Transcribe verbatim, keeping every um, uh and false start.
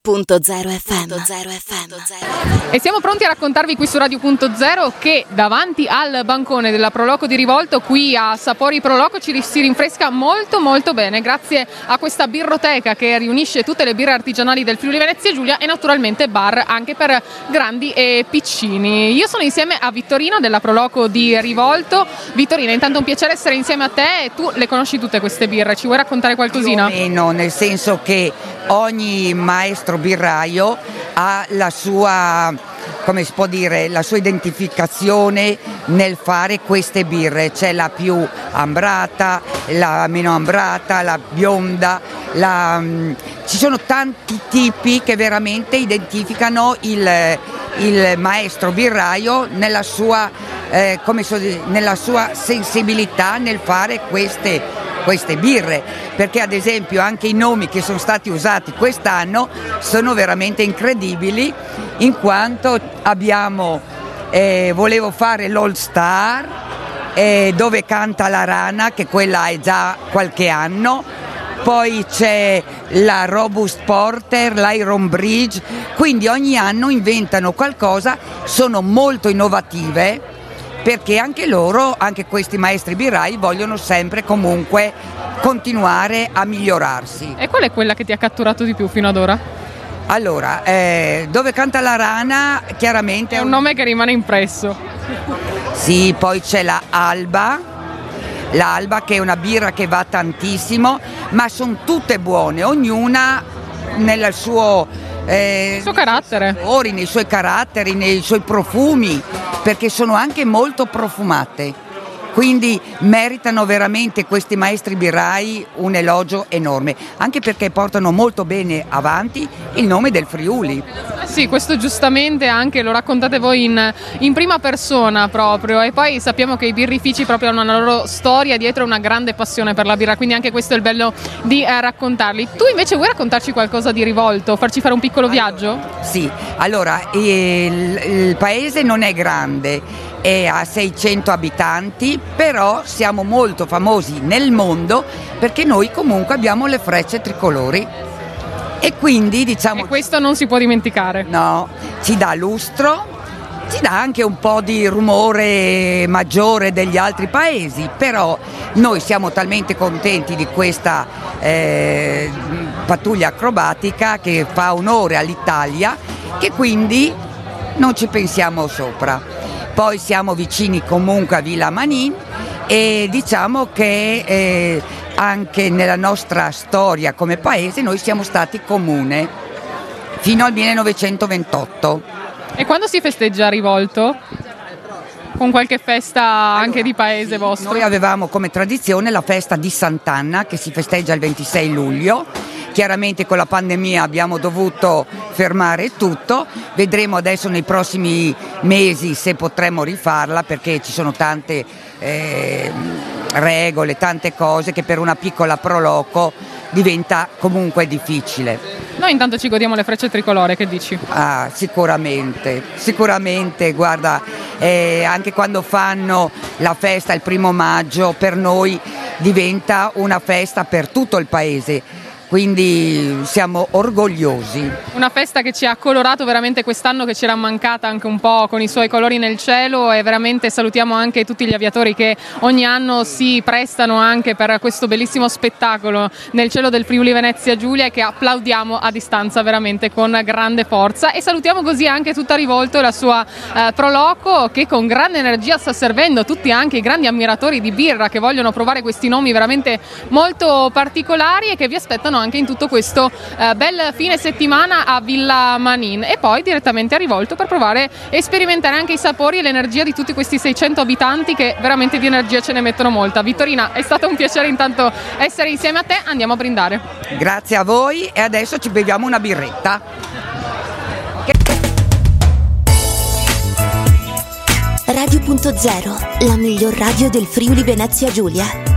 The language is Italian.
Punto zero F M. E siamo pronti a raccontarvi qui su Radio Punto Zero che davanti al bancone della Proloco di Rivolto, qui a Sapori Proloco, ci si rinfresca molto molto bene grazie a questa birroteca che riunisce tutte le birre artigianali del Friuli Venezia Giulia e naturalmente bar anche per grandi e piccini. Io sono insieme a Vittorina della Proloco di Rivolto. Vittorina, intanto un piacere essere insieme a te, e tu le conosci tutte queste birre, ci vuoi raccontare qualcosina? Più o meno, nel senso che ogni maestro birraio ha la sua, come si può dire, la sua identificazione nel fare queste birre. C'è la più ambrata, la meno ambrata, la bionda, la, um, ci sono tanti tipi che veramente identificano il, il maestro birraio nella sua, eh, come so dire, nella sua sensibilità nel fare queste queste birre, perché ad esempio anche i nomi che sono stati usati quest'anno sono veramente incredibili, in quanto abbiamo eh, volevo fare l'All Star, eh, dove canta la rana, che quella è già qualche anno, poi c'è la Robust Porter, l'Iron Bridge, quindi ogni anno inventano qualcosa, sono molto innovative, perché anche loro, anche questi maestri birrai, vogliono sempre comunque continuare a migliorarsi. E qual è quella che ti ha catturato di più fino ad ora? Allora, eh, dove canta la rana, chiaramente... È un nome che rimane impresso. Sì, poi c'è la Alba, l'Alba che è una birra che va tantissimo, ma sono tutte buone, ognuna nel suo... Eh, il suo carattere. Nei suoi, nei suoi caratteri, nei suoi profumi, perché sono anche molto profumate, quindi meritano veramente questi maestri birrai un elogio enorme, anche perché portano molto bene avanti il nome del Friuli. Sì, questo giustamente anche lo raccontate voi in, in prima persona proprio, e poi sappiamo che i birrifici proprio hanno una loro storia dietro, una grande passione per la birra, quindi anche questo è il bello di eh, raccontarli. Tu invece vuoi raccontarci qualcosa di Rivolto, farci fare un piccolo viaggio? Sì, allora il, il paese non è grande, è a seicento abitanti, però siamo molto famosi nel mondo perché noi comunque abbiamo le frecce tricolori. E quindi diciamo... E questo non si può dimenticare. No, ci dà lustro, ci dà anche un po' di rumore maggiore degli altri paesi, però noi siamo talmente contenti di questa eh, pattuglia acrobatica che fa onore all'Italia, che quindi non ci pensiamo sopra. Poi siamo vicini comunque a Villa Manin e diciamo che... Eh, anche nella nostra storia come paese noi siamo stati comune fino al millenovecentoventotto. E quando si festeggia Rivolto? Con qualche festa anche allora, di paese sì, vostro? Noi avevamo come tradizione la festa di Sant'Anna che si festeggia il ventisei luglio. Chiaramente con la pandemia abbiamo dovuto fermare tutto, vedremo adesso nei prossimi mesi se potremo rifarla, perché ci sono tante eh, regole, tante cose che per una piccola Proloco diventa comunque difficile. Noi intanto ci godiamo le frecce tricolore, che dici? Ah, sicuramente, sicuramente, guarda, eh, anche quando fanno la festa il primo maggio per noi diventa una festa per tutto il paese. Quindi siamo orgogliosi. Una festa che ci ha colorato veramente quest'anno, che c'era mancata anche un po' con i suoi colori nel cielo, e veramente salutiamo anche tutti gli aviatori che ogni anno si prestano anche per questo bellissimo spettacolo nel cielo del Friuli Venezia Giulia, e che applaudiamo a distanza veramente con grande forza. E salutiamo così anche tutta Rivolto e la sua eh, Proloco, che con grande energia sta servendo tutti anche i grandi ammiratori di birra che vogliono provare questi nomi veramente molto particolari e che vi aspettano anche in tutto questo eh, bel fine settimana a Villa Manin, e poi direttamente a Rivolto per provare e sperimentare anche i sapori e l'energia di tutti questi seicento abitanti che veramente di energia ce ne mettono molta. Vittorina, è stato un piacere intanto essere insieme a te, andiamo a brindare. Grazie a voi, e adesso ci beviamo una birretta. Radio Punto Zero, la miglior radio del Friuli Venezia Giulia.